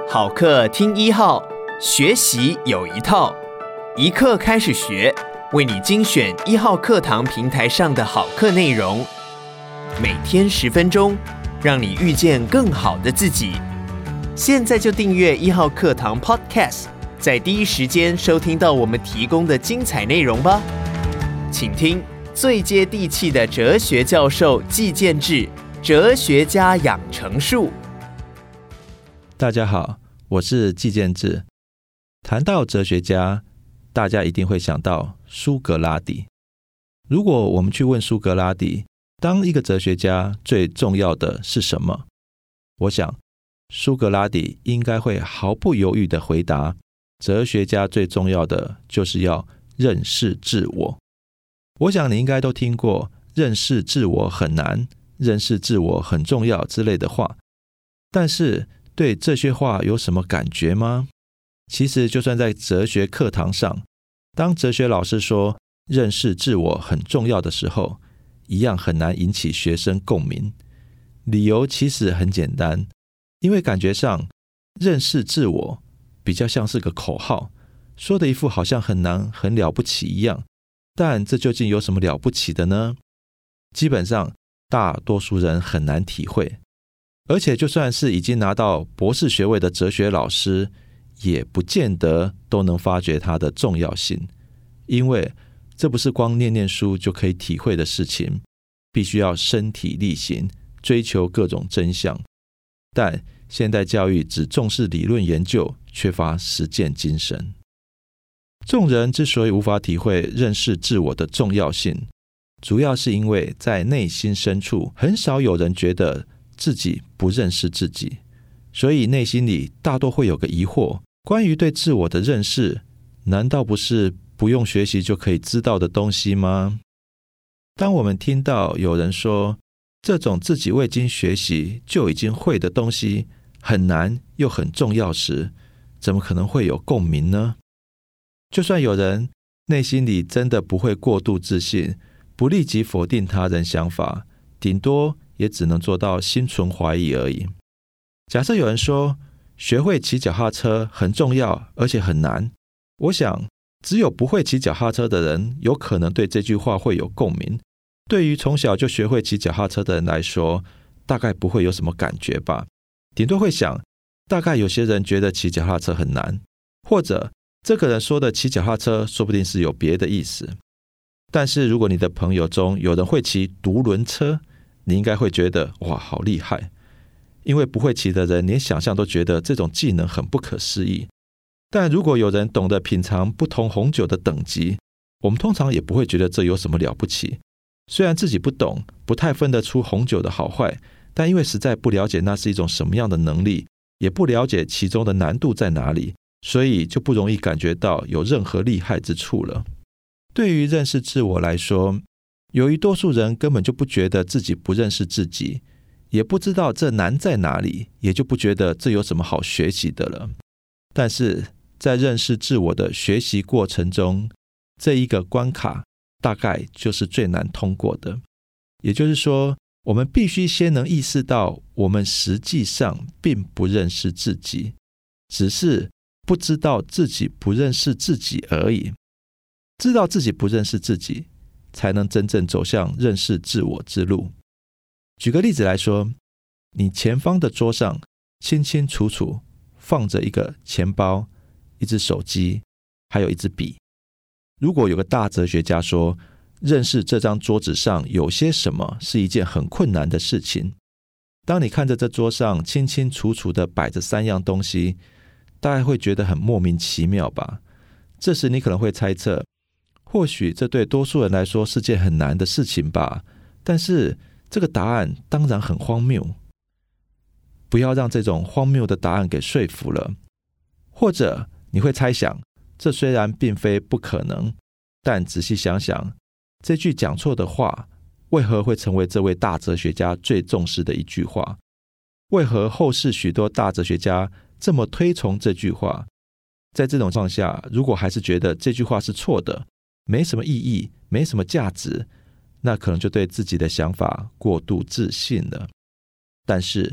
好课听一号，学习有一套，一课开始学，为你精选一号课堂平台上的好课内容，每天10分钟，让你遇见更好的自己。现在就订阅一号课堂 Podcast， 在第一时间收听到我们提供的精彩内容吧。请听最接地气的哲学教授季建志哲学家养成术。 大家好，我是季建志。谈到哲学家，大家一定会想到苏格拉底。如果我们去问苏格拉底，当一个哲学家最重要的是什么？我想苏格拉底应该会毫不犹豫地回答，哲学家最重要的就是要认识自我。我想你应该都听过认识自我很难，认识自我很重要之类的话，但是对这些话有什么感觉吗？其实就算在哲学课堂上，当哲学老师说认识自我很重要的时候，一样很难引起学生共鸣。理由其实很简单，因为感觉上认识自我比较像是个口号，说的一副好像很难很了不起一样，但这究竟有什么了不起的呢？基本上大多数人很难体会，而且就算是已经拿到博士学位的哲学老师，也不见得都能发觉它的重要性，因为这不是光念念书就可以体会的事情，必须要身体力行，追求各种真相。但现代教育只重视理论研究，缺乏实践精神。众人之所以无法体会认识自我的重要性，主要是因为在内心深处很少有人觉得自己不认识自己，所以内心里大多会有个疑惑，关于对自我的认识，难道不是不用学习就可以知道的东西吗？当我们听到有人说这种自己未经学习就已经会的东西很难又很重要时，怎么可能会有共鸣呢？就算有人内心里真的不会过度自信，不立即否定他人想法，顶多也只能做到心存怀疑而已。假设有人说学会骑脚踏车很重要而且很难，我想只有不会骑脚踏车的人有可能对这句话会有共鸣，对于从小就学会骑脚踏车的人来说，大概不会有什么感觉吧，顶多会想大概有些人觉得骑脚踏车很难，或者这个人说的骑脚踏车说不定是有别的意思。但是如果你的朋友中有人会骑独轮车，你应该会觉得哇好厉害，因为不会骑的人连想象都觉得这种技能很不可思议。但如果有人懂得品尝不同红酒的等级，我们通常也不会觉得这有什么了不起。虽然自己不懂，不太分得出红酒的好坏，但因为实在不了解那是一种什么样的能力，也不了解其中的难度在哪里，所以就不容易感觉到有任何厉害之处了。对于认识自我来说，由于多数人根本就不觉得自己不认识自己，也不知道这难在哪里，也就不觉得这有什么好学习的了。但是在认识自我的学习过程中，这一个关卡大概就是最难通过的。也就是说，我们必须先能意识到我们实际上并不认识自己，只是不知道自己不认识自己而已。知道自己不认识自己，才能真正走向认识自我之路。举个例子来说，你前方的桌上清清楚楚放着一个钱包、一只手机，还有一支笔。如果有个大哲学家说，认识这张桌子上有些什么是一件很困难的事情，当你看着这桌上清清楚楚地摆着3样东西，大概会觉得很莫名其妙吧。这时你可能会猜测，或许这对多数人来说是件很难的事情吧，但是这个答案当然很荒谬。不要让这种荒谬的答案给说服了。或者你会猜想，这虽然并非不可能，但仔细想想，这句讲错的话为何会成为这位大哲学家最重视的一句话？为何后世许多大哲学家这么推崇这句话？在这种状况下，如果还是觉得这句话是错的，没什么意义，没什么价值，那可能就对自己的想法过度自信了。但是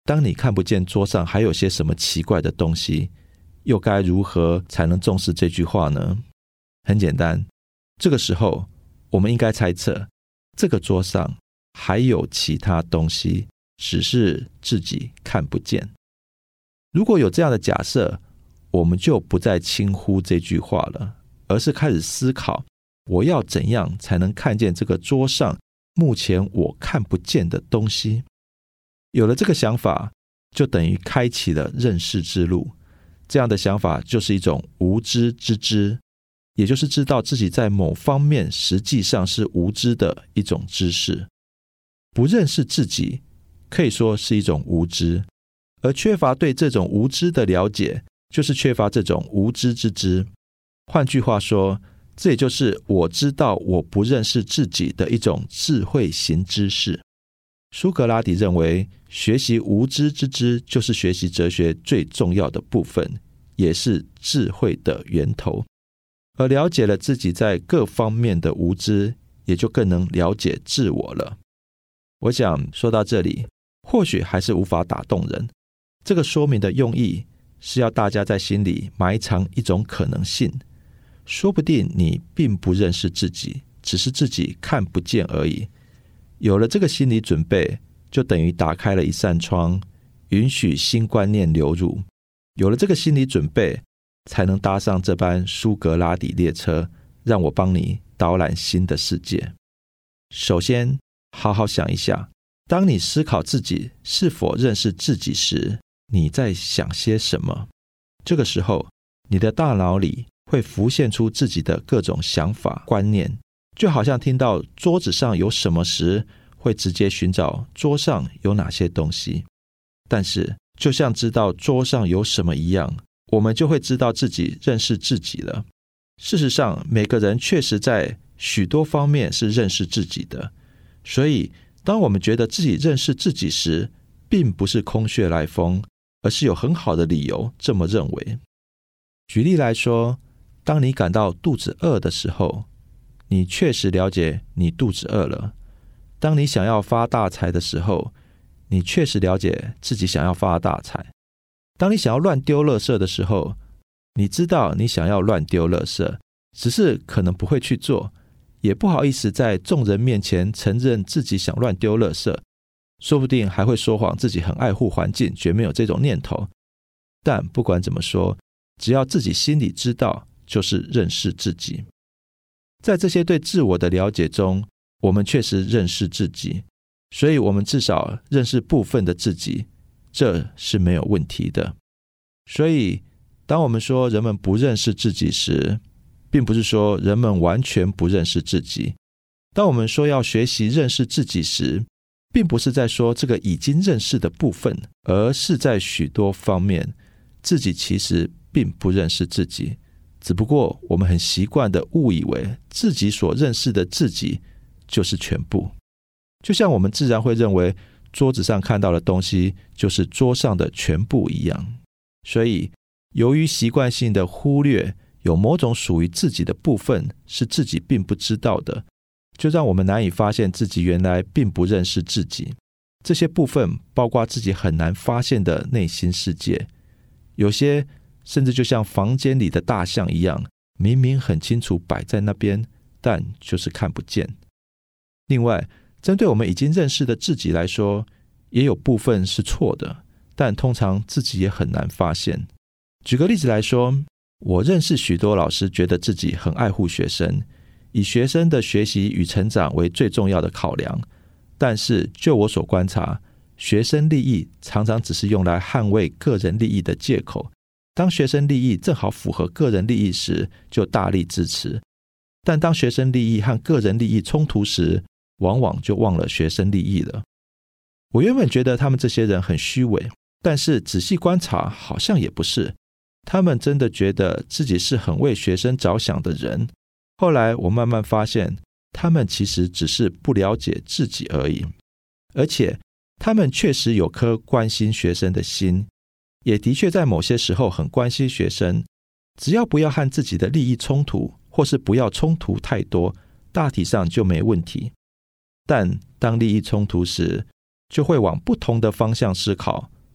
当你看不见桌上还有些什么奇怪的东西，又该如何才能重视这句话呢？很简单，这个时候我们应该猜测，这个桌上还有其他东西，只是自己看不见。如果有这样的假设，我们就不再轻忽这句话了，而是开始思考，我要怎样才能看见这个桌上目前我看不见的东西。有了这个想法，就等于开启了认识之路。这样的想法就是一种无知之知，也就是知道自己在某方面实际上是无知的一种知识。不认识自己可以说是一种无知，而缺乏对这种无知的了解，就是缺乏这种无知之知。换句话说，这也就是我知道我不认识自己的一种智慧型知识。苏格拉底认为，学习无知之知就是学习哲学最重要的部分，也是智慧的源头。而了解了自己在各方面的无知，也就更能了解自我了。我想说到这里，或许还是无法打动人。这个说明的用意是要大家在心里埋藏一种可能性，说不定你并不认识自己，只是自己看不见而已。有了这个心理准备，就等于打开了一扇窗，允许新观念流入。有了这个心理准备，才能搭上这班苏格拉底列车，让我帮你导览新的世界。首先，好好想一下，当你思考自己是否认识自己时，你在想些什么？这个时候，你的大脑里会浮现出自己的各种想法、观念，就好像听到桌子上有什么时，会直接寻找桌上有哪些东西。但是，就像知道桌上有什么一样，我们就会知道自己认识自己了。事实上，每个人确实在许多方面是认识自己的，所以当我们觉得自己认识自己时，并不是空穴来风，而是有很好的理由这么认为。举例来说，当你感到肚子饿的时候，你确实了解你肚子饿了。当你想要发大财的时候，你确实了解自己想要发大财。当你想要乱丢垃圾的时候，你知道你想要乱丢垃圾，只是可能不会去做，也不好意思在众人面前承认自己想乱丢垃圾，说不定还会说谎自己很爱护环境，绝没有这种念头。但不管怎么说，只要自己心里知道，就是认识自己。在这些对自我的了解中，我们确实认识自己，所以我们至少认识部分的自己，这是没有问题的。所以当我们说人们不认识自己时，并不是说人们完全不认识自己。当我们说要学习认识自己时，并不是在说这个已经认识的部分，而是在许多方面，自己其实并不认识自己，只不过我们很习惯地误以为自己所认识的自己就是全部。就像我们自然会认为桌子上看到的东西就是桌上的全部一样。所以由于习惯性的忽略有某种属于自己的部分是自己并不知道的，就让我们难以发现自己原来并不认识自己。这些部分包括自己很难发现的内心世界，有些甚至就像房间里的大象一样，明明很清楚摆在那边，但就是看不见。另外，针对我们已经认识的自己来说，也有部分是错的，但通常自己也很难发现。举个例子来说，我认识许多老师觉得自己很爱护学生，以学生的学习与成长为最重要的考量，但是就我所观察，学生利益常常只是用来捍卫个人利益的借口。当学生利益正好符合个人利益时，就大力支持，但当学生利益和个人利益冲突时，往往就忘了学生利益了。我原本觉得他们这些人很虚伪，但是仔细观察好像也不是，他们真的觉得自己是很为学生着想的人。后来我慢慢发现，他们其实只是不了解自己而已，而且他们确实有颗关心学生的心，也的确在某些时候很关心学生，只要不要和自己的利益冲突，或是不要冲突太多，大体上就没问题。但当利益冲突时，就会往不同的方向思考，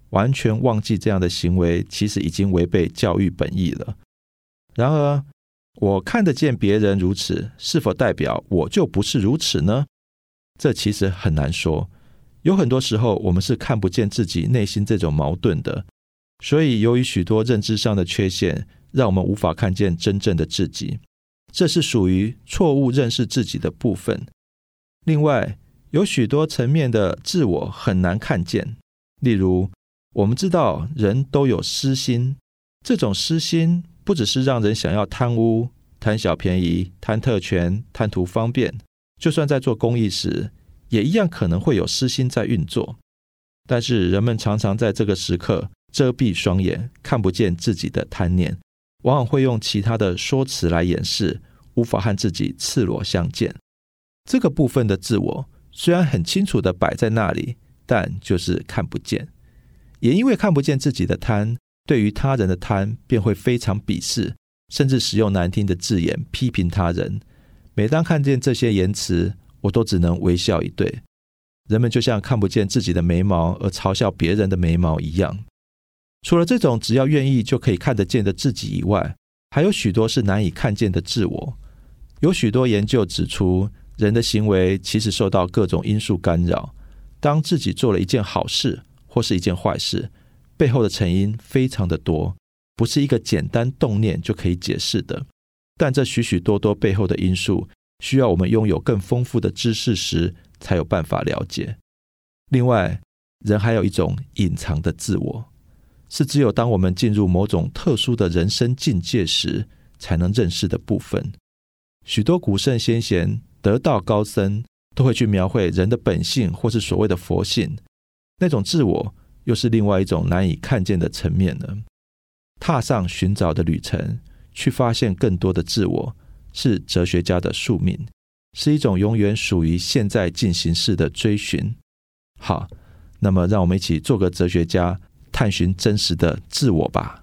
完全忘记这样的行为其实已经违背教育本意了。然而，我看得见别人如此，是否代表我就不是如此呢？这其实很难说。有很多时候我们是看不见自己内心这种矛盾的，所以由于许多认知上的缺陷，让我们无法看见真正的自己，这是属于错误认识自己的部分。另外，有许多层面的自我很难看见，例如我们知道人都有私心，这种私心不只是让人想要贪污、贪小便宜、贪特权、贪图方便，就算在做公益时也一样可能会有私心在运作。但是人们常常在这个时刻遮蔽双眼，看不见自己的贪念，往往会用其他的说辞来掩饰，无法和自己赤裸相见。这个部分的自我虽然很清楚地摆在那里，但就是看不见。也因为看不见自己的贪，对于他人的贪便会非常鄙视，甚至使用难听的字眼批评他人。每当看见这些言辞，我都只能微笑以对。人们就像看不见自己的眉毛而嘲笑别人的眉毛一样。除了这种只要愿意就可以看得见的自己以外，还有许多是难以看见的自我。有许多研究指出，人的行为其实受到各种因素干扰。当自己做了一件好事或是一件坏事，背后的成因非常的多，不是一个简单动念就可以解释的。但这许许多多背后的因素，需要我们拥有更丰富的知识时才有办法了解。另外，人还有一种隐藏的自我，是只有当我们进入某种特殊的人生境界时才能认识的部分。许多古圣先贤、得道高僧都会去描绘人的本性或是所谓的佛性，那种自我又是另外一种难以看见的层面了。踏上寻找的旅程，去发现更多的自我，是哲学家的宿命，是一种永远属于现在进行式的追寻。好，那么让我们一起做个哲学家，探寻真实的自我吧。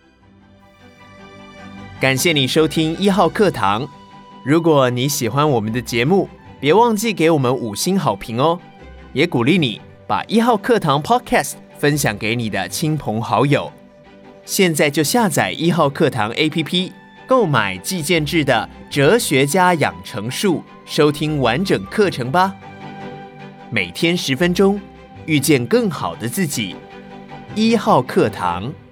感谢你收听1号课堂。如果你喜欢我们的节目，别忘记给我们5星好评哦。也鼓励你把1号课堂 Podcast 分享给你的亲朋好友。现在就下载1号课堂 APP， 购买季建志的《哲学家养成术》，收听完整课程吧。每天10分钟，遇见更好的自己。1号课堂。